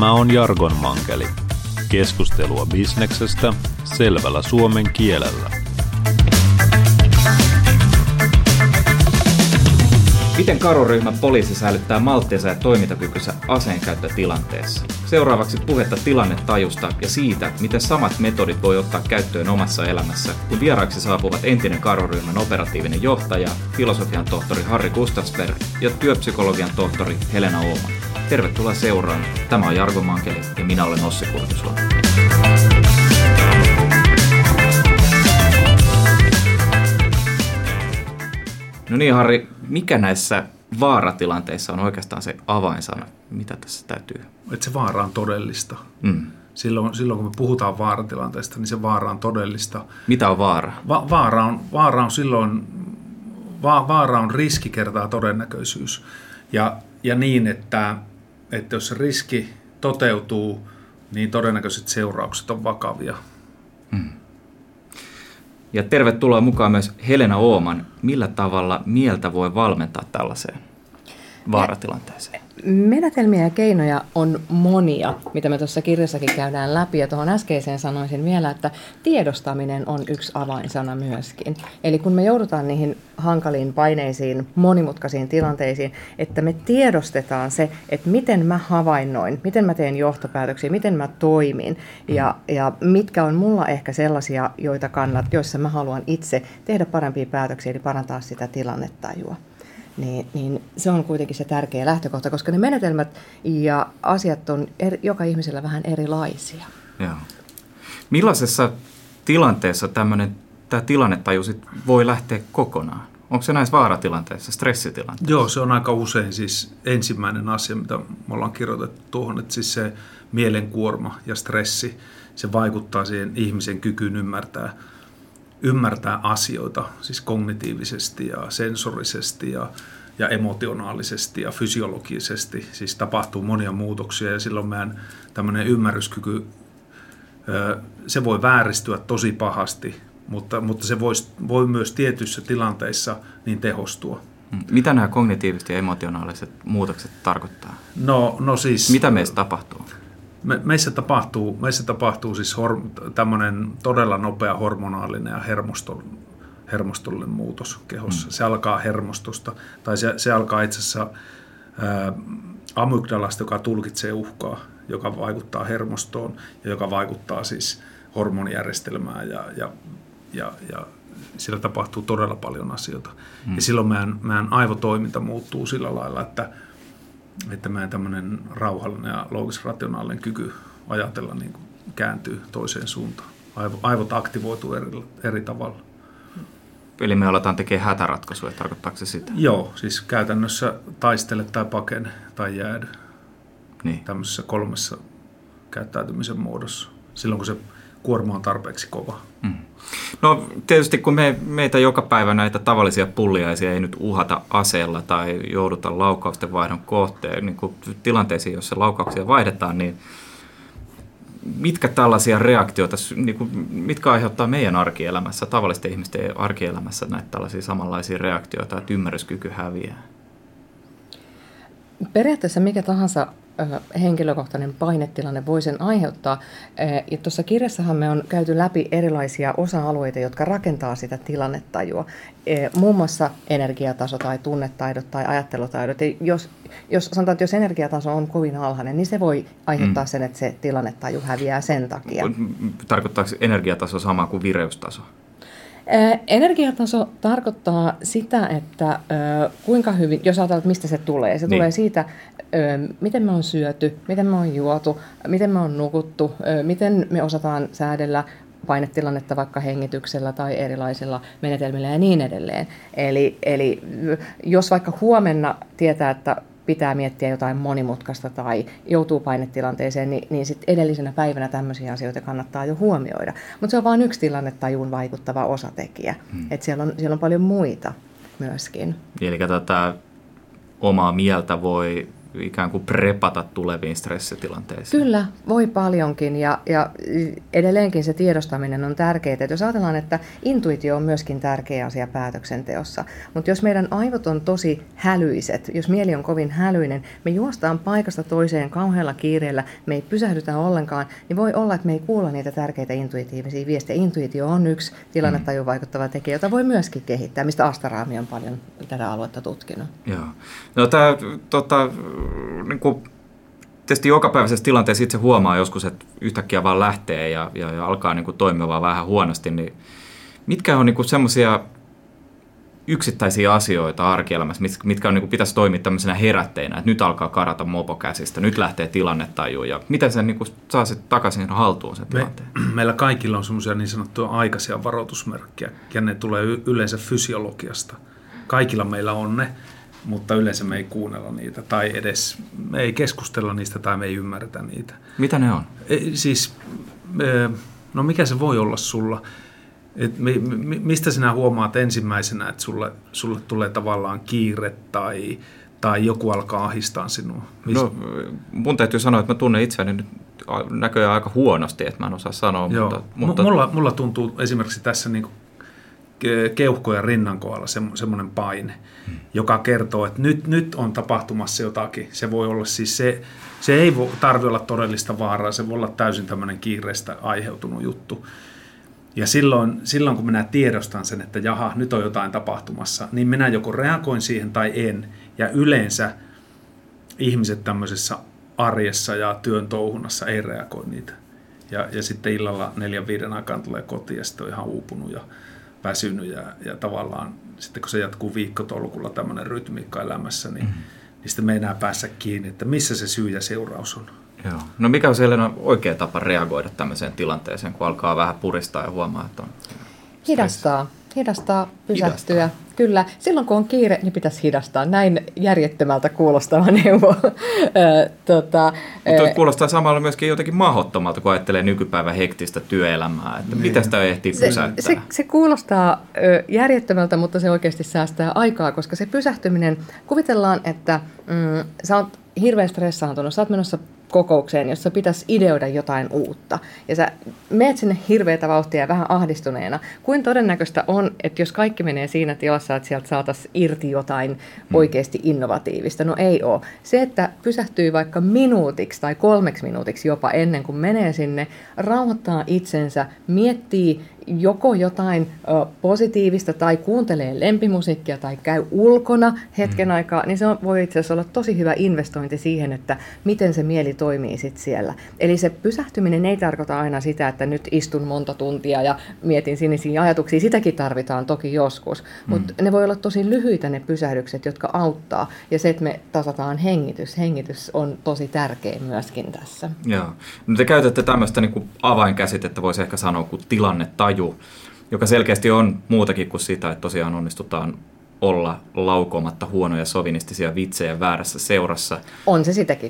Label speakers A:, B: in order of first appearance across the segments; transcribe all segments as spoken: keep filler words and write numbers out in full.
A: Tämä on Jargon Mankeli. Keskustelua bisneksestä selvällä suomen kielellä.
B: Miten Karo-ryhmän poliisi säilyttää malttinsa ja toimintakykynsä aseenkäyttötilanteessa? Seuraavaksi puhetta tilannetajusta ja siitä, miten samat metodit voi ottaa käyttöön omassa elämässä, kun vieraaksi saapuvat entinen Karo-ryhmän operatiivinen johtaja, filosofian tohtori Harri Gustafsberg ja työpsykologian tohtori Helena Åman. Tervetuloa seuraan. Tämä on Jargon Mankeli ja minä olen Ossi Kurkisuo. No niin, Harri, mikä näissä vaaratilanteissa on oikeastaan se avainsana? Mitä tässä täytyy?
C: Että se vaara on todellista.
B: Mm.
C: Silloin, silloin kun me puhutaan vaaratilanteesta, niin se vaara on todellista.
B: Mitä on vaara?
C: Va- vaara, on, vaara on silloin, va- vaara on riski kertaa todennäköisyys. Ja, ja niin, että, että jos se riski toteutuu, niin todennäköiset seuraukset on vakavia.
B: Mm. Ja tervetuloa mukaan myös Helena Åman. Millä tavalla mieltä voi valmentaa tällaiseen vaaratilanteeseen?
D: Menetelmiä ja keinoja on monia, mitä me tuossa kirjassakin käydään läpi. Ja tuohon äskeiseen sanoisin vielä, että tiedostaminen on yksi avainsana myöskin. Eli kun me joudutaan niihin hankaliin paineisiin, monimutkaisiin tilanteisiin, että me tiedostetaan se, että miten mä havainnoin, miten mä teen johtopäätöksiä, miten mä toimin ja, ja mitkä on mulla ehkä sellaisia, joita kannat, joissa mä haluan itse tehdä parempia päätöksiä, eli parantaa sitä tilannetajua. Niin, niin se on kuitenkin se tärkeä lähtökohta, koska ne menetelmät ja asiat on eri, joka ihmisellä vähän erilaisia.
B: Joo. Millaisessa tilanteessa tämmöinen, tämä tilannetaju sit voi lähteä kokonaan? Onko se näissä vaaratilanteissa, stressitilanteissa?
C: Joo, se on aika usein siis ensimmäinen asia, mitä me ollaan kirjoitettu tuohon, että siis se mielenkuorma ja stressi, se vaikuttaa siihen ihmisen kykyyn ymmärtää, ymmärtää asioita, siis kognitiivisesti ja sensorisesti ja, ja emotionaalisesti ja fysiologisesti. Siis tapahtuu monia muutoksia ja silloin meidän tämmöinen ymmärryskyky, se voi vääristyä tosi pahasti, mutta, mutta se voi, voi myös tietyissä tilanteissa niin tehostua.
B: Mitä nämä kognitiiviset ja emotionaaliset muutokset tarkoittaa?
C: No, no siis,
B: mitä meissä tapahtuu?
C: Me, meissä, tapahtuu, meissä tapahtuu siis horm, tämmöinen todella nopea hormonaalinen ja hermoston, hermostollinen muutos kehossa. Mm. Se alkaa hermostosta, tai se, se alkaa itse asiassa ää, amygdalasta, joka tulkitsee uhkaa, joka vaikuttaa hermostoon ja joka vaikuttaa siis hormonijärjestelmään ja, ja, ja, ja siellä tapahtuu todella paljon asioita. Mm. Ja silloin meidän, meidän aivotoiminta muuttuu sillä lailla, että että meidän tämmöinen rauhallinen ja loogis-rationaalinen kyky ajatella niin kuin kääntyy toiseen suuntaan. Aivo, aivot aktivoituu eri, eri tavalla.
B: Eli me aletaan tekemään hätäratkaisuja, tarkoittaako se sitä?
C: Joo, siis käytännössä taistele tai pakene tai jäädy.
B: Niin.
C: Tämmöisessä kolmessa käyttäytymisen muodossa, silloin kun se kuorma on tarpeeksi kova.
B: Mm. No tietysti kun me, meitä joka päivä näitä tavallisia pulliaisia ei nyt uhata aseella tai jouduta laukausten vaihdon kohteen, niin kuin tilanteisiin, joissa laukauksia vaihdetaan, niin mitkä tällaisia reaktioita, niin kuin, mitkä aiheuttaa meidän arkielämässä, tavallisten ihmisten arkielämässä näitä tällaisia samanlaisia reaktioita, että ymmärryskyky häviää?
D: Periaatteessa mikä tahansa henkilökohtainen painetilanne voi sen aiheuttaa. Ja tuossa kirjassahan me on käyty läpi erilaisia osa-alueita, jotka rakentaa sitä tilannetajua. Muun muassa energiataso tai tunnetaidot tai ajattelutaidot. Ja jos, jos sanotaan, että jos energiataso on kovin alhainen, niin se voi aiheuttaa mm. sen, että se tilannetaju häviää sen takia.
B: Tarkoittaako energiataso sama kuin vireystaso?
D: Energiataso tarkoittaa sitä, että kuinka hyvin, jos ajatellaan, että mistä se tulee, se niin. tulee siitä, miten me on syöty, miten me on juotu, miten me on nukuttu, miten me osataan säädellä painetilannetta vaikka hengityksellä tai erilaisilla menetelmillä ja niin edelleen. Eli, eli jos vaikka huomenna tietää, että pitää miettiä jotain monimutkaista tai joutuu painetilanteeseen, niin, niin sitten edellisenä päivänä tämmöisiä asioita kannattaa jo huomioida. Mutta se on vain yksi tilannetajuun vaikuttava osatekijä. Hmm. Et siellä, on, siellä on paljon muita myöskin.
B: Eli tätä omaa mieltä voi ikään kuin prepata tuleviin stressitilanteisiin?
D: Kyllä, voi paljonkin ja, ja edelleenkin se tiedostaminen on tärkeää. Että jos ajatellaan, että intuitio on myöskin tärkeä asia päätöksenteossa, mutta jos meidän aivot on tosi hälyiset, jos mieli on kovin hälyinen, me juostaan paikasta toiseen kauhealla kiireellä, me ei pysähdytä ollenkaan, niin voi olla, että me ei kuulla niitä tärkeitä intuitiivisia viestejä. Intuitio on yksi tilannetajuun vaikuttava tekijä, jota voi myöskin kehittää, mistä Astaraami on paljon tätä aluetta tutkinut.
B: Joo. No tämä, tota, niin kuin, tietysti jokapäiväisessä tilanteessa itse huomaa joskus, että yhtäkkiä vaan lähtee ja, ja, ja alkaa niin kuin toimia vaan vähän huonosti, niin mitkä on niin semmoisia yksittäisiä asioita arkielämässä, mitkä on, niin kuin, pitäisi toimia tämmöisenä herätteinä, että nyt alkaa karata mopo käsistä, nyt lähtee tilannetajuun ja miten se niin kuin, saa se takaisin haltuun sen tilanteen?
C: Me, meillä kaikilla on semmoisia niin sanottuja aikaisia varoitusmerkkejä ja ne tulee yleensä fysiologiasta. Kaikilla meillä on ne, mutta yleensä me ei kuunnella niitä tai edes me ei keskustella niistä tai me ei ymmärretä niitä.
B: Mitä ne on?
C: E, siis, e, no mikä se voi olla sulla? Et mi, mi, mistä sinä huomaat ensimmäisenä, että sulle, sulle tulee tavallaan kiire tai, tai joku alkaa ahistaa sinua? Mis...
B: No, mun täytyy sanoa, että mä tunnen itseäni nyt näköjään aika huonosti, että mä en osaa sanoa.
C: Joo.
B: Mutta, mutta...
C: Mulla, mulla tuntuu esimerkiksi tässä niin keuhko- ja rinnan kohdalla se, semmoinen paine, hmm. joka kertoo, että nyt, nyt on tapahtumassa jotakin. Se voi olla siis se, se ei tarvitse olla todellista vaaraa, se voi olla täysin tämmöinen kiireestä aiheutunut juttu. Ja silloin, silloin kun minä tiedostan sen, että jaha, nyt on jotain tapahtumassa, niin minä joko reagoin siihen tai en. Ja yleensä ihmiset tämmöisessä arjessa ja työn touhunnassa ei reagoi niitä. Ja, ja sitten illalla neljän viiden aikaan tulee kotiin ja sitten on ihan uupunut ja väsynyt. Ja, ja tavallaan sitten kun se jatkuu viikkotolkulla tämmöinen rytmiikka elämässä, niin, mm-hmm. niin sitten me ei enää päässä kiinni, että missä se syy ja seuraus on.
B: Joo. No mikä on sellainen oikea tapa reagoida tämmöiseen tilanteeseen, kun alkaa vähän puristaa ja huomaa, että on...
D: Hidastaa. Hidastaa, pysähtyä. Hidastaa. Kyllä. Silloin kun on kiire, niin pitäisi hidastaa. Näin järjettömältä kuulostava neuvo. tota,
B: Mutta kuulostaa samalla myöskin jotenkin mahdottomalta, kun ajattelee nykypäivän hektistä työelämää. Että mitä sitä ehtii pysäyttää?
D: Se, se, se kuulostaa ö, järjettömältä, mutta se oikeasti säästää aikaa, koska se pysähtyminen, kuvitellaan, että mm, sä oot hirveän stressaantunut, sä oot menossa kokoukseen, jossa pitäisi ideoida jotain uutta. Ja sä meet sinne hirveätä vauhtia ja vähän ahdistuneena. Kuin todennäköistä on, että jos kaikki menee siinä tilassa, että sieltä saataisiin irti jotain oikeasti innovatiivista. No ei ole. Se, että pysähtyy vaikka minuutiksi tai kolmeksi minuutiksi jopa ennen kuin menee sinne, rauhoittaa itsensä, miettii joko jotain ö, positiivista tai kuuntelee lempimusiikkia tai käy ulkona hetken mm. aikaa, niin se on, voi itse asiassa olla tosi hyvä investointi siihen, että miten se mieli toimii sit siellä. Eli se pysähtyminen ei tarkoita aina sitä, että nyt istun monta tuntia ja mietin sinisiä ajatuksia. Sitäkin tarvitaan toki joskus, mm. mutta ne voi olla tosi lyhyitä ne pysähdykset, jotka auttaa. Ja se, että me tasataan hengitys. Hengitys on tosi tärkeä myöskin tässä.
B: Joo. No te käytätte tämmöistä niin kuin avainkäsitettä, voisi ehkä sanoa, kuin tilannetaju, joka selkeästi on muutakin kuin sitä, että tosiaan onnistutaan olla laukomatta huonoja sovinistisia vitsejä väärässä seurassa.
D: On se sitäkin.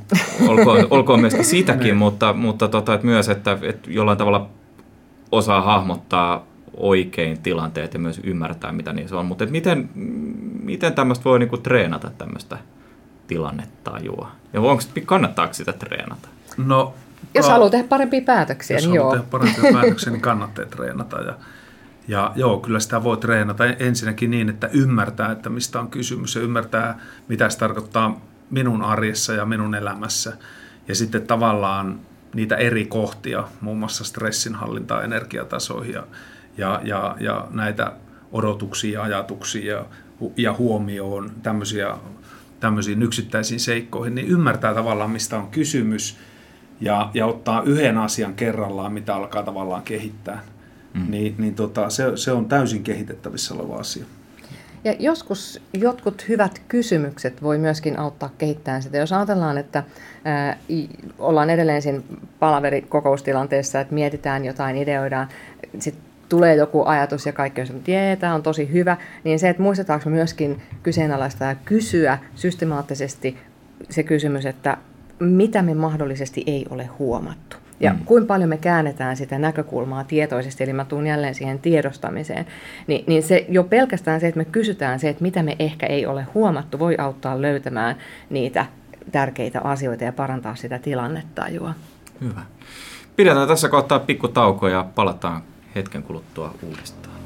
B: Olkoon, olkoon myöskin sitäkin, mutta, mutta tota, että myös, että, että jollain tavalla osaa hahmottaa oikein tilanteet ja myös ymmärtää, mitä niissä on. Mutta miten, miten tämmöistä voi niinku treenata, tämmöistä tilannetajua? Ja onko, kannattaako sitä treenata?
C: No,
D: jos pra- haluaa tehdä parempia päätöksiä,
C: jos
D: niin joo.
C: Jos haluaa tehdä parempia päätöksiä, niin kannattaa treenata. Ja, ja joo, kyllä sitä voi treenata ensinnäkin niin, että ymmärtää, että mistä on kysymys ja ymmärtää, mitä se tarkoittaa minun arjessa ja minun elämässä. Ja sitten tavallaan niitä eri kohtia, muun muassa stressinhallintaa, energiatasoihin ja, ja, ja, ja näitä odotuksia, ajatuksia ja, ja huomioon tämmöisiä, tämmöisiin yksittäisiin seikkoihin, niin ymmärtää tavallaan, mistä on kysymys ja, ja ottaa yhden asian kerrallaan, mitä alkaa tavallaan kehittää. Mm. Niin, niin tota, se, se on täysin kehitettävissä oleva asia.
D: Ja joskus jotkut hyvät kysymykset voi myöskin auttaa kehittämään sitä. Jos ajatellaan, että ää, ollaan edelleen siinä palaverikokoustilanteessa, että mietitään jotain, ideoidaan, sitten tulee joku ajatus ja kaikki on sanonut, että jee, tämä on tosi hyvä, niin se, että muistetaanko myöskin kyseenalaista ja kysyä systemaattisesti se kysymys, että mitä me mahdollisesti ei ole huomattu. Ja mm. kuinka paljon me käännetään sitä näkökulmaa tietoisesti, eli mä tuun jälleen siihen tiedostamiseen, niin, niin se jo pelkästään se, että me kysytään se, että mitä me ehkä ei ole huomattu, voi auttaa löytämään niitä tärkeitä asioita ja parantaa sitä tilannetajua.
B: Hyvä. Pidetään tässä kohtaa pikku tauko ja palataan hetken kuluttua uudestaan.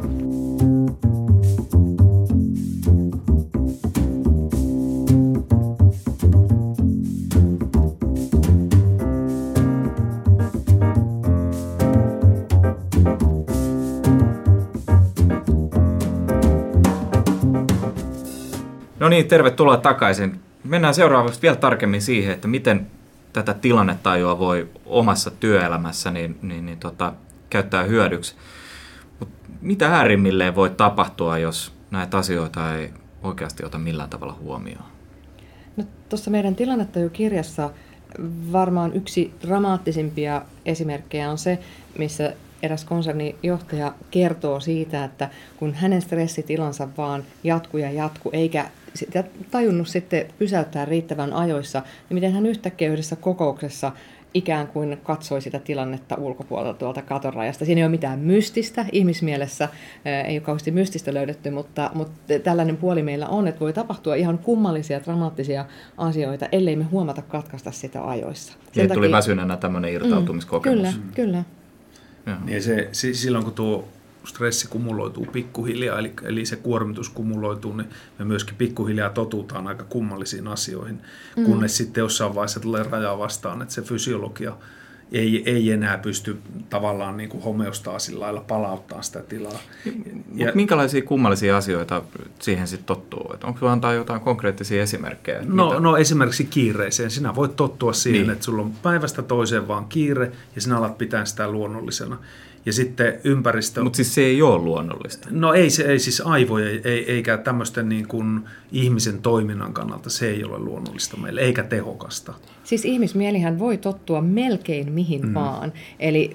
B: No niin, tervetuloa takaisin. Mennään seuraavaksi vielä tarkemmin siihen, että miten tätä tilannetajua voi omassa työelämässä niin, niin, niin, tota, käyttää hyödyksi. Mut mitä äärimmilleen voi tapahtua, jos näitä asioita ei oikeasti ota millään tavalla huomioon?
D: No, tuossa meidän tilannetajukirjassa varmaan yksi dramaattisimpia esimerkkejä on se, missä eräs konsernijohtaja kertoo siitä, että kun hänen stressitilansa vaan jatkuu ja jatkuu, eikä sitä tajunnut sitten pysäyttää riittävän ajoissa, niin miten hän yhtäkkiä yhdessä kokouksessa ikään kuin katsoi sitä tilannetta ulkopuolelta tuolta katorajasta. Siinä ei ole mitään mystistä, ihmismielessä ei ole kauheasti mystistä löydetty, mutta, mutta tällainen puoli meillä on, että voi tapahtua ihan kummallisia, dramaattisia asioita, ellei me huomata katkaista sitä ajoissa.
B: Sen tuli takia väsyneenä tämmöinen irtautumiskokemus.
D: Mm, kyllä, kyllä.
C: Niin se, silloin kun tuo stressi kumuloituu pikkuhiljaa, eli, eli se kuormitus kumuloituu, niin me myöskin pikkuhiljaa totutaan aika kummallisiin asioihin, mm. kunnes sitten jossain vaiheessa tulee rajaa vastaan, että se fysiologia ei, ei enää pysty tavallaan niin kuin homeostaasilla lailla palauttaa sitä tilaa.
B: Ja minkälaisia kummallisia asioita siihen sitten tottuu? Et onko antaa jotain konkreettisia esimerkkejä?
C: No, no esimerkiksi kiireeseen. Sinä voit tottua siihen, niin. että sulla on päivästä toiseen vaan kiire ja sinä alat pitää sitä luonnollisena. Ja sitten ympäristö...
B: Mutta siis se ei ole luonnollista.
C: No ei, se ei siis aivoja, ei, eikä tämmöisten niin kuin ihmisen toiminnan kannalta se ei ole luonnollista meille, eikä tehokasta.
D: Siis ihmismielihän voi tottua melkein mihin mm. vaan. Eli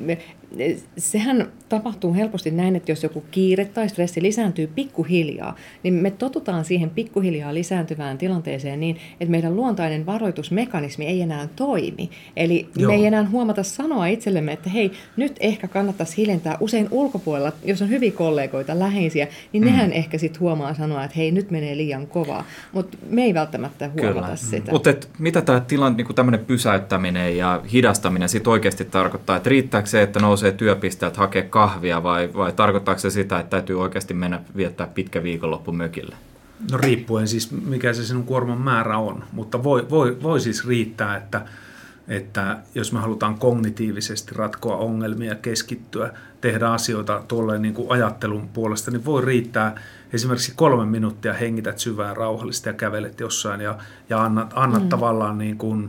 D: sehän tapahtuu helposti näin, että jos joku kiire tai stressi lisääntyy pikkuhiljaa, niin me totutaan siihen pikkuhiljaa lisääntyvään tilanteeseen niin, että meidän luontainen varoitusmekanismi ei enää toimi. Eli Joo. me ei enää huomata sanoa itsellemme, että hei, nyt ehkä kannattaisi hiljentää. Usein ulkopuolella, jos on hyviä kollegoita, läheisiä, niin mm. nehän ehkä sitten huomaa sanoa, että hei, nyt menee liian kovaa. Mutta me ei välttämättä huomata Kyllä. sitä.
B: Mutta mitä tämä tilanne, niin tämmöinen pysäyttäminen ja hidastaminen sit oikeasti tarkoittaa, että riittääkö se, että nousee työpisteeltä hakea kahvia vai, vai tarkoittaako se sitä, että täytyy oikeasti mennä viettää pitkä viikonloppu mökille?
C: No riippuen siis mikä se sinun kuorman määrä on, mutta voi, voi, voi siis riittää, että, että jos me halutaan kognitiivisesti ratkoa ongelmia, keskittyä, tehdä asioita tuolleen niin kuin ajattelun puolesta, niin voi riittää esimerkiksi kolme minuuttia hengität syvään rauhallisesti ja kävelet jossain ja, ja annat, annat mm. tavallaan niin kuin,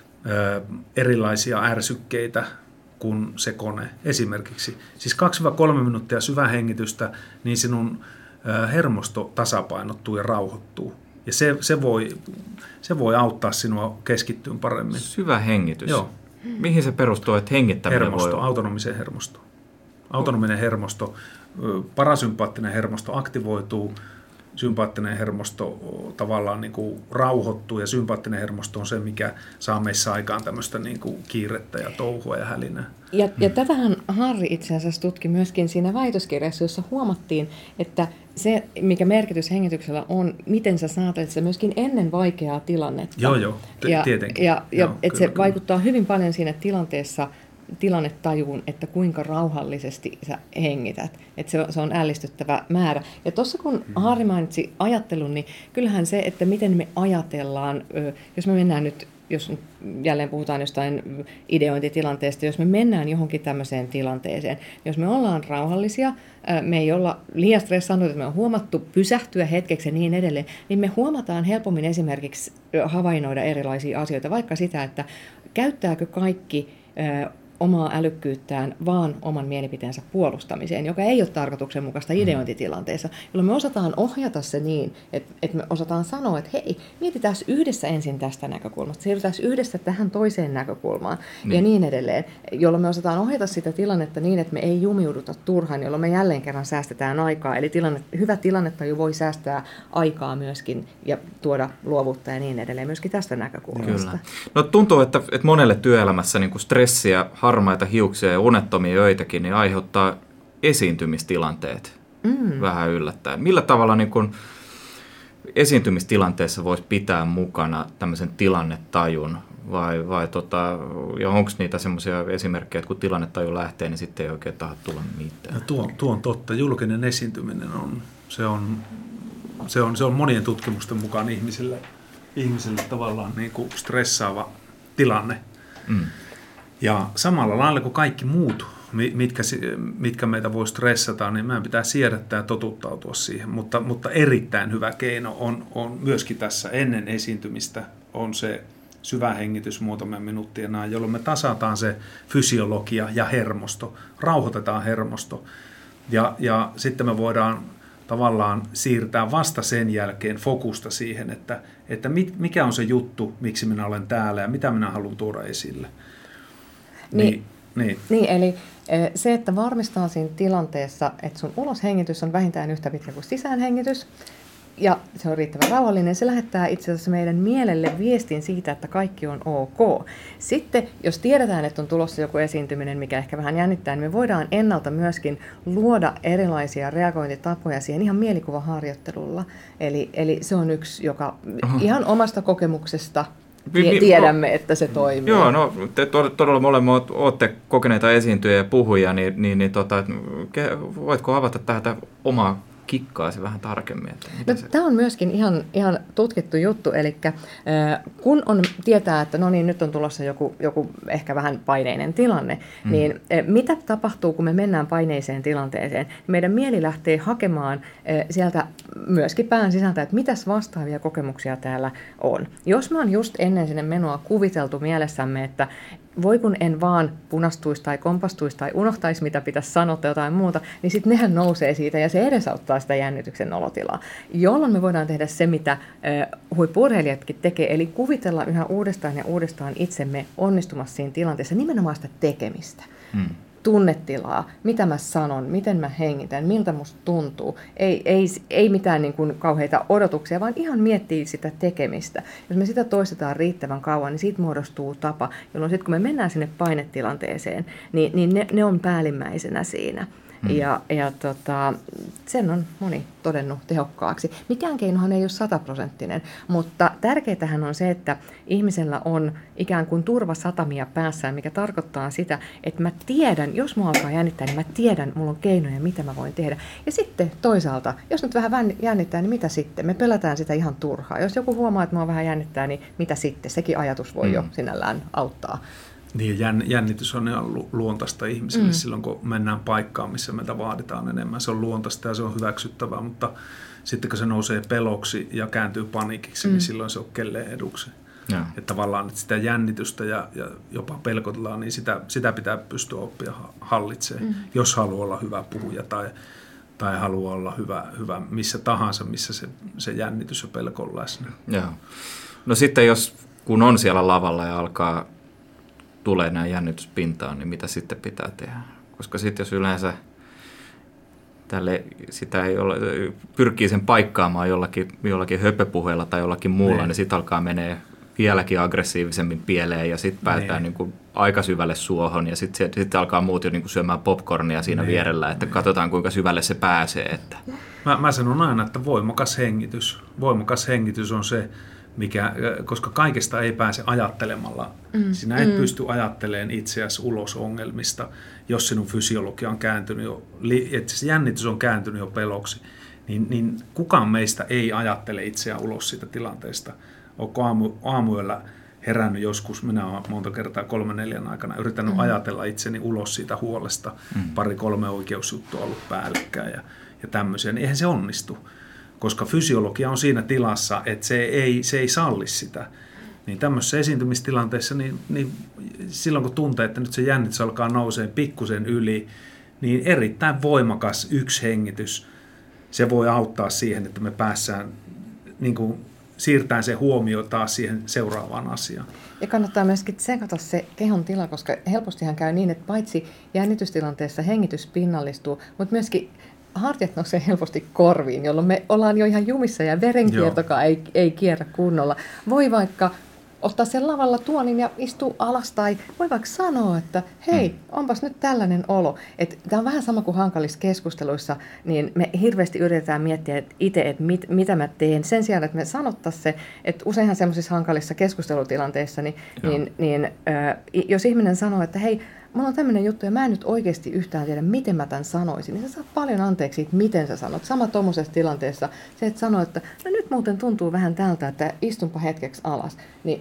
C: ö, erilaisia ärsykkeitä kuin se kone esimerkiksi. Siis kaksi kolme minuuttia syvähengitystä, niin sinun hermosto tasapainottuu ja rauhoittuu. Ja se, se, voi, se voi auttaa sinua keskittymään paremmin.
B: Syvä hengitys. Joo. Mihin se perustuu, että hengittäminen
C: hermosto,
B: voi...
C: autonomiseen hermostoon. Autonominen hermosto, parasympaattinen hermosto aktivoituu, sympaattinen hermosto tavallaan niin kuin rauhoittuu ja sympaattinen hermosto on se, mikä saa meissä aikaan tämmöistä niin kuin kiirettä ja touhua ja hälinää.
D: Ja, ja tätähän Harri itse asiassa tutki myöskin siinä väitöskirjassa, jossa huomattiin, että se, mikä merkitys hengityksellä on, miten sä saat se myöskin ennen vaikeaa tilannetta.
C: Joo, joo, t-
D: ja,
C: tietenkin.
D: Ja, ja
C: joo,
D: että se kyllä, vaikuttaa kyllä. hyvin paljon siinä tilanteessa, tilannetajuun, että kuinka rauhallisesti sä hengität. Että se, se on ällistyttävä määrä. Ja tuossa kun Harri mainitsi ajattelun, niin kyllähän se, että miten me ajatellaan, jos me mennään nyt, jos jälleen puhutaan jostain ideointitilanteesta, jos me mennään johonkin tämmöiseen tilanteeseen, jos me ollaan rauhallisia, me ei olla liian stressaantuneita, että me on huomattu pysähtyä hetkeksi ja niin edelleen, niin me huomataan helpommin esimerkiksi havainnoida erilaisia asioita, vaikka sitä, että käyttääkö kaikki omaa älykkyyttään vaan oman mielipiteensä puolustamiseen, joka ei ole tarkoituksenmukaista ideointitilanteessa, jolloin me osataan ohjata se niin, että, että me osataan sanoa, että hei, mietitään yhdessä ensin tästä näkökulmasta, siirrytään yhdessä tähän toiseen näkökulmaan niin. ja niin edelleen, jolloin me osataan ohjata sitä tilannetta niin, että me ei jumiuduta turhaan, jolloin me jälleen kerran säästetään aikaa, eli tilanne, hyvä tilannetaju voi säästää aikaa myöskin ja tuoda luovuutta ja niin edelleen myöskin tästä näkökulmasta.
B: Kyllä. No tuntuu, että, että monelle työelämässä niin kuin stressiä, harmaita hiuksia ja unettomia öitäkin niin aiheuttaa esiintymistilanteet mm. vähän yllättäen. Millä tavalla niin kun, esiintymistilanteessa voisi pitää mukana tämmöisen tilannetajun? Vai, vai tota, ja onko niitä semmoisia esimerkkejä, että kun tilannetaju lähtee, niin sitten ei oikein tahdo tulla mitään?
C: No tuo, tuo on totta. Julkinen esiintyminen on, se on, se on, se on monien tutkimusten mukaan ihmisille, ihmisille tavallaan niin kuin stressaava tilanne. Mm. Ja samalla lailla kuin kaikki muut, mitkä, mitkä meitä voi stressata, niin meidän pitää siedättää ja totuttautua siihen. Mutta, mutta erittäin hyvä keino on, on myöskin tässä ennen esiintymistä on se syvä hengitys muutamia minuuttia näin, jolloin me tasataan se fysiologia ja hermosto, rauhoitetaan hermosto. Ja, ja sitten me voidaan tavallaan siirtää vasta sen jälkeen fokusta siihen, että, että mikä on se juttu, miksi minä olen täällä ja mitä minä haluan tuoda esille.
D: Niin,
C: niin, niin.
D: niin eli se, että varmistaa siinä tilanteessa, että sun uloshengitys on vähintään yhtä pitkä kuin sisäänhengitys, ja se on riittävän rauhallinen, se lähettää itse asiassa meidän mielelle viestin siitä, että kaikki on ok. Sitten, jos tiedetään, että on tulossa joku esiintyminen, mikä ehkä vähän jännittää, niin me voidaan ennalta myöskin luoda erilaisia reagointitapoja siihen ihan mielikuvaharjoittelulla. Eli, eli se on yksi, joka Aha. ihan omasta kokemuksesta tiedämme, että se toimii.
B: Joo, no te todella molemmat olette kokeneita esiintyjä ja puhujia, niin, niin, niin tota, voitko avata tähän omaa kikkaasi vähän tarkemmin?
D: No, tämä on myöskin ihan, ihan tutkittu juttu, eli äh, kun on tietää, että no niin, nyt on tulossa joku, joku ehkä vähän paineinen tilanne, mm. niin äh, mitä tapahtuu, kun me mennään paineiseen tilanteeseen? Meidän mieli lähtee hakemaan äh, sieltä myöskin pään sisältä, että mitäs vastaavia kokemuksia täällä on. Jos me on just ennen sinne menoa kuviteltu mielessämme, että voi kun en vaan punastuisi tai kompastuisi tai unohtaisi, mitä pitäisi sanoa tai jotain muuta, niin sitten nehän nousee siitä ja se edesauttaa sitä jännityksen olotilaa, jolloin me voidaan tehdä se, mitä äh, huippu-urheilijatkin tekee, eli kuvitella yhä uudestaan ja uudestaan itsemme onnistumassa siinä tilanteessa, nimenomaan sitä tekemistä. Hmm. Tunnetilaa, mitä mä sanon, miten mä hengitän, miltä musta tuntuu. Ei, ei, ei mitään niin kuin kauheita odotuksia, vaan ihan miettii sitä tekemistä. Jos me sitä toistetaan riittävän kauan, niin siitä muodostuu tapa, jolloin sitten kun me mennään sinne painetilanteeseen, niin, niin ne, ne on päällimmäisenä siinä. Hmm. Ja, ja tota, sen on moni todennut tehokkaaksi. Mikään keinohan ei ole sataprosenttinen, mutta tärkeintähän on se, että ihmisellä on ikään kuin turvasatamia päässään, mikä tarkoittaa sitä, että mä tiedän, jos mua alkaa jännittää, niin mä tiedän, mulla on keinoja, mitä mä voin tehdä. Ja sitten toisaalta, jos nyt vähän jännittää, niin mitä sitten? Me pelätään sitä ihan turhaa. Jos joku huomaa, että mua vähän jännittää, niin mitä sitten? Sekin ajatus voi hmm. jo sinällään auttaa.
C: Niin, jännitys on ihan luontaista ihmisille mm. silloin, kun mennään paikkaan, missä meitä vaaditaan enemmän. Se on luontaista ja se on hyväksyttävää, mutta sitten kun se nousee peloksi ja kääntyy paniikiksi, mm. niin silloin se on kelleen eduksi. Ja. Että tavallaan että sitä jännitystä ja, ja jopa pelkotilaa, niin sitä, sitä pitää pystyä oppia hallitsemaan, mm. jos haluaa olla hyvä puhuja tai, tai haluaa olla hyvä, hyvä missä tahansa, missä se, se jännitys ja pelko on läsnä. Ja.
B: No sitten jos kun on siellä lavalla ja alkaa tulee nämä jännityspintaan, niin mitä sitten pitää tehdä? Koska sitten jos yleensä tälle, sitä ei ole, pyrkii sen paikkaamaan jollakin, jollakin höpöpuheella tai jollakin muulla, ne. niin sitten alkaa menee vieläkin aggressiivisemmin pieleen ja sitten päätään niin kuin aika syvälle suohon ja sitten sit alkaa muut jo niin kuin syömään popcornia siinä ne. vierellä, että ne. katsotaan kuinka syvälle se pääsee. Että.
C: Mä, mä sanon aina, että voimakas hengitys. Voimakas hengitys on se, mikä, koska kaikesta ei pääse ajattelemalla. Mm. Sinä et mm. pysty ajattelemaan itseäsi ulos ongelmista, jos sinun fysiologia on kääntynyt jo, että se jännitys on kääntynyt jo peloksi, niin, niin kukaan meistä ei ajattele itseään ulos siitä tilanteesta. Oletko aamu, aamuyöllä herännyt joskus, minä olen monta kertaa kolme neljän aikana yrittänyt mm. ajatella itseni ulos siitä huolesta, mm. pari kolme oikeusjuttua ollut päällekkäin ja, ja tämmöisiä, niin eihän se onnistu. Koska fysiologia on siinä tilassa, että se ei, se ei salli sitä. Niin tämmöisessä esiintymistilanteessa, niin, niin silloin kun tuntee, että nyt se jännitys alkaa nousee pikkusen yli, niin erittäin voimakas yksi hengitys, se voi auttaa siihen, että me päässään niin kuin siirtää se huomio taas siihen seuraavaan asiaan.
D: Ja kannattaa myöskin tsekata se kehon tila, koska helpostihan käy niin, että paitsi jännitystilanteessa hengitys pinnallistuu, mutta myöskin hartiat nousee helposti korviin, jolloin me ollaan jo ihan jumissa ja verenkiertokaan ei, ei kierrä kunnolla. Voi vaikka ottaa sen lavalla tuolin ja istua alas, tai voi vaikka sanoa, että hei, onpas nyt tällainen olo. Tämä on vähän sama kuin hankalissa keskusteluissa, niin me hirveästi yritetään miettiä itse, että mit, mitä mä teen. Sen sijaan, että me sanottaisiin se, että useinhan semmoisissa hankalissa keskustelutilanteissa, niin, niin, niin äh, jos ihminen sanoo, että hei, mulla on tämmöinen juttu ja mä en nyt oikeasti yhtään tiedä, miten mä tämän sanoisin, niin sä saat paljon anteeksi siitä, miten sä sanot. Sama tuommoisessa tilanteessa se, että sanoo, että no nyt muuten tuntuu vähän tältä, että istunpa hetkeksi alas. Niin,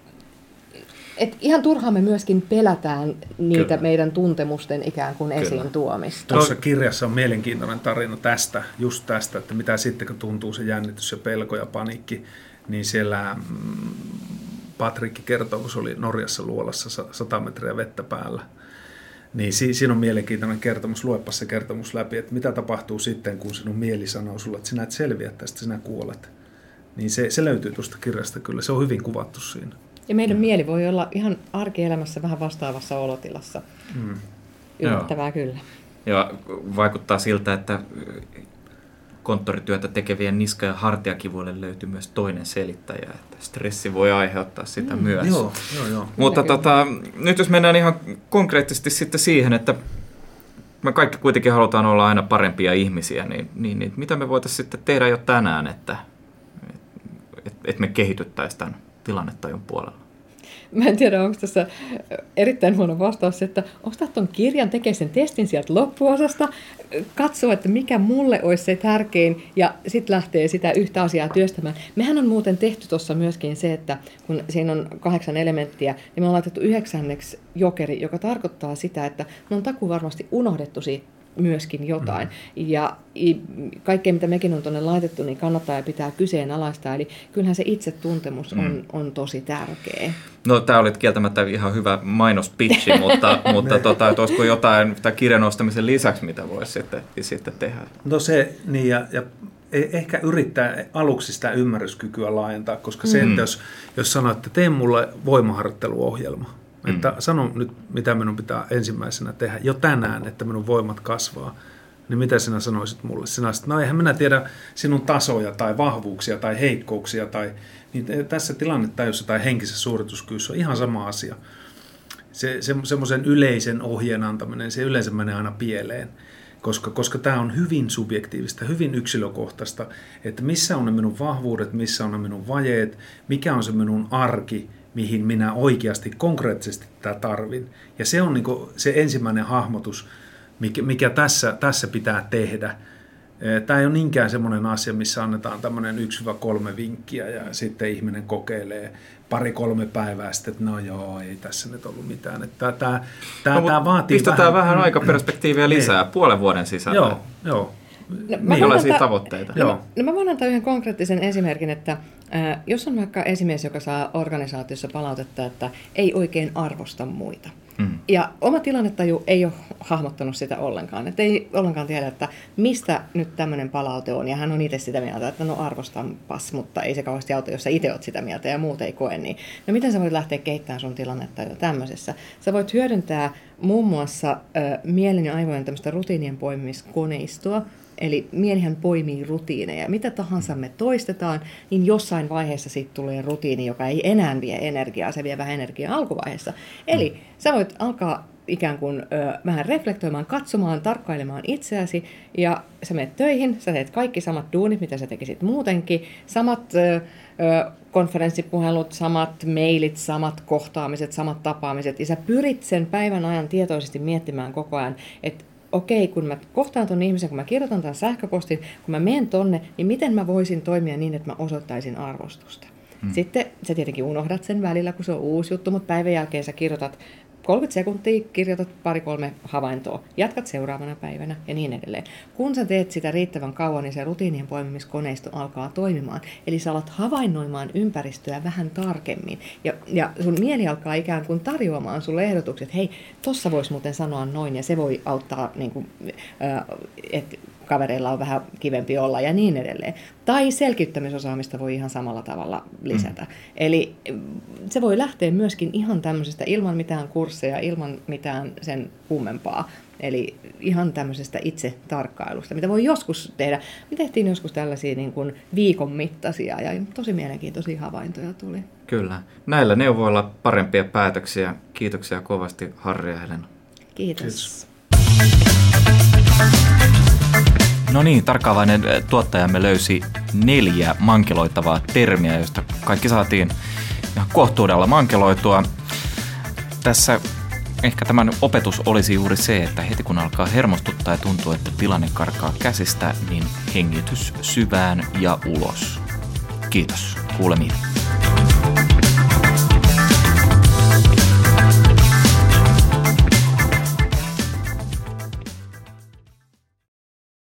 D: et ihan turhaan me myöskin pelätään niitä Kyllä. meidän tuntemusten ikään kuin Kyllä. esiin tuomista.
C: Tuossa kirjassa on mielenkiintoinen tarina tästä, just tästä, että mitä sitten kun tuntuu se jännitys ja pelko ja paniikki, niin siellä mm, Patrikki kertoo, kun se oli Norjassa luolassa sata metriä vettä päällä. Niin si- siinä on mielenkiintoinen kertomus, luepa se kertomus läpi, että mitä tapahtuu sitten, kun sinun mieli sanoo sulle, että sinä et selviä tästä, sinä kuolet. Niin se, se löytyy tuosta kirjasta kyllä, se on hyvin kuvattu siinä.
D: Ja meidän mieli voi olla ihan arkielämässä vähän vastaavassa olotilassa. Mm. Yllättävää kyllä.
B: Ja vaikuttaa siltä, että konttorityötä tekevien niska- ja hartiakivuille löytyy myös toinen selittäjä, että stressi voi aiheuttaa sitä mm. myös.
C: Joo, joo, joo.
B: Mutta tota, nyt jos mennään ihan konkreettisesti sitten siihen, että me kaikki kuitenkin halutaan olla aina parempia ihmisiä, niin, niin, niin mitä me voitaisiin sitten tehdä jo tänään, että, että, että me kehityttäisiin tämän tilannetajun puolella?
D: Mä en tiedä, onko tässä erittäin huono vastaus, että ostaa tuon kirjan, tekee sen testin sieltä loppuosasta, katsoo, että mikä mulle olisi se tärkein, ja sitten lähtee sitä yhtä asiaa työstämään. Mehän on muuten tehty tuossa myöskin se, että kun siinä on kahdeksan elementtiä, niin me on laitettu yhdeksänneksi jokeri, joka tarkoittaa sitä, että me on takuu varmasti unohdettu siitä myöskin jotain. Mm. Ja kaikkea, mitä mekin on tuonne laitettu, niin kannattaa ja pitää kyseenalaistaa. Eli kyllähän se itsetuntemus on, mm. on tosi tärkeä.
B: No, tämä oli kieltämättä ihan hyvä mainospitchi, mutta, mutta tota, että olisiko jotain kirjan ostamisen lisäksi, mitä voisi sitten, sitten tehdä?
C: No se, niin ja, ja ehkä yrittää aluksi sitä ymmärryskykyä laajentaa, koska se, että jos, jos sanoo, että tee mulle voimaharjoitteluohjelma, että mm. sano nyt, mitä minun pitää ensimmäisenä tehdä jo tänään, että minun voimat kasvaa, niin mitä sinä sanoisit mulle? Sinä sanoisit, no eihän minä tiedä sinun tasoja tai vahvuuksia tai heikkouksia, tai, niin tässä tilannetajussa tai henkisessä suorituskyvyssä on ihan sama asia. Se, se, semmoisen yleisen ohjeen antaminen, se yleensä menee aina pieleen, koska, koska tämä on hyvin subjektiivista, hyvin yksilökohtaista, että missä on ne minun vahvuudet, missä on ne minun vajeet, mikä on se minun arki, mihin minä oikeasti konkreettisesti tätä tarvin. Ja se on niin kuin se ensimmäinen hahmotus, mikä, mikä tässä, tässä pitää tehdä. Tämä ei ole niinkään semmoinen asia, missä annetaan tämmöinen yksi kolme vinkkiä ja sitten ihminen kokeilee pari-kolme päivää sitten, että no joo, ei tässä nyt ollut mitään. Että tämä, tämä,
B: no,
C: tämä vaatii
B: pistetään vähän, vähän aikaperspektiiviä lisää, puolen vuoden sisällä.
C: Joo, joo.
D: No,
B: millaisia antaa, tavoitteita?
D: No, no, no mä voin antaa yhden konkreettisen esimerkin, että äh, jos on vaikka esimies, joka saa organisaatiossa palautetta, että ei oikein arvosta muita. Mm. Ja oma tilannetaju ei ole hahmottanut sitä ollenkaan. Että ei ollenkaan tiedä, että mistä nyt tämmöinen palaute on. Ja hän on itse sitä mieltä, että no arvostanpas, mutta ei se kauheasti auta, jos sä itse oot sitä mieltä ja muut ei koe. Niin. No miten sä voit lähteä kehittämään sun tilannetta jo tämmöisessä? Sä voit hyödyntää muun muassa äh, mielen ja aivojen tämmöistä rutiinien poimimiskoneistoa. Eli mielihän poimii rutiineja. Mitä tahansa me toistetaan, niin jossain vaiheessa siitä tulee rutiini, joka ei enää vie energiaa, se vie vähän energiaa alkuvaiheessa. Eli mm. sä voit alkaa ikään kuin ö, vähän reflektoimaan, katsomaan, tarkkailemaan itseäsi, ja sä menet töihin, sä teet kaikki samat duunit, mitä sä tekisit muutenkin, samat ö, ö, konferenssipuhelut, samat mailit, samat kohtaamiset, samat tapaamiset, ja sä pyrit sen päivän ajan tietoisesti miettimään koko ajan, että okei, kun mä kohtaan ton ihmisen, kun mä kirjoitan tämän sähköpostin, kun mä menen tonne, niin miten mä voisin toimia niin, että mä osoittaisin arvostusta. Hmm. Sitten sä tietenkin unohdat sen välillä, kun se on uusi juttu, mutta päivän jälkeen sä kirjoitat kolmekymmentä sekuntia, kirjoitat pari-kolme havaintoa, jatkat seuraavana päivänä ja niin edelleen. Kun sä teet sitä riittävän kauan, niin se rutiinien poimimiskoneisto alkaa toimimaan. Eli sä alat havainnoimaan ympäristöä vähän tarkemmin. Ja, ja sun mieli alkaa ikään kuin tarjoamaan sulle ehdotukset, hei, tossa voisi muuten sanoa noin, ja se voi auttaa, niin kuin, että kavereilla on vähän kivempi olla ja niin edelleen. Tai selkiyttämisosaamista voi ihan samalla tavalla lisätä. Mm. Eli se voi lähteä myöskin ihan tämmöisestä ilman mitään kursseja, ilman mitään sen kummempaa. Eli ihan tämmöisestä itse tarkkailusta, mitä voi joskus tehdä. Me tehtiin joskus tällaisia niin kuin viikon mittaisia ja tosi mielenkiintoisia havaintoja tuli.
B: Kyllä. Näillä neuvoilla parempia päätöksiä. Kiitoksia kovasti Harri ja Helena.
D: Kiitos.
C: Kiitos.
E: No niin, tarkkaavainen tuottajamme löysi neljä mankeloitavaa termiä, joista kaikki saatiin ihan kohtuudella mankeloitua. Tässä ehkä tämän opetus olisi juuri se, että heti kun alkaa hermostuttaa ja tuntuu, että tilanne karkaa käsistä, niin hengitys syvään ja ulos. Kiitos. Kuulemiin.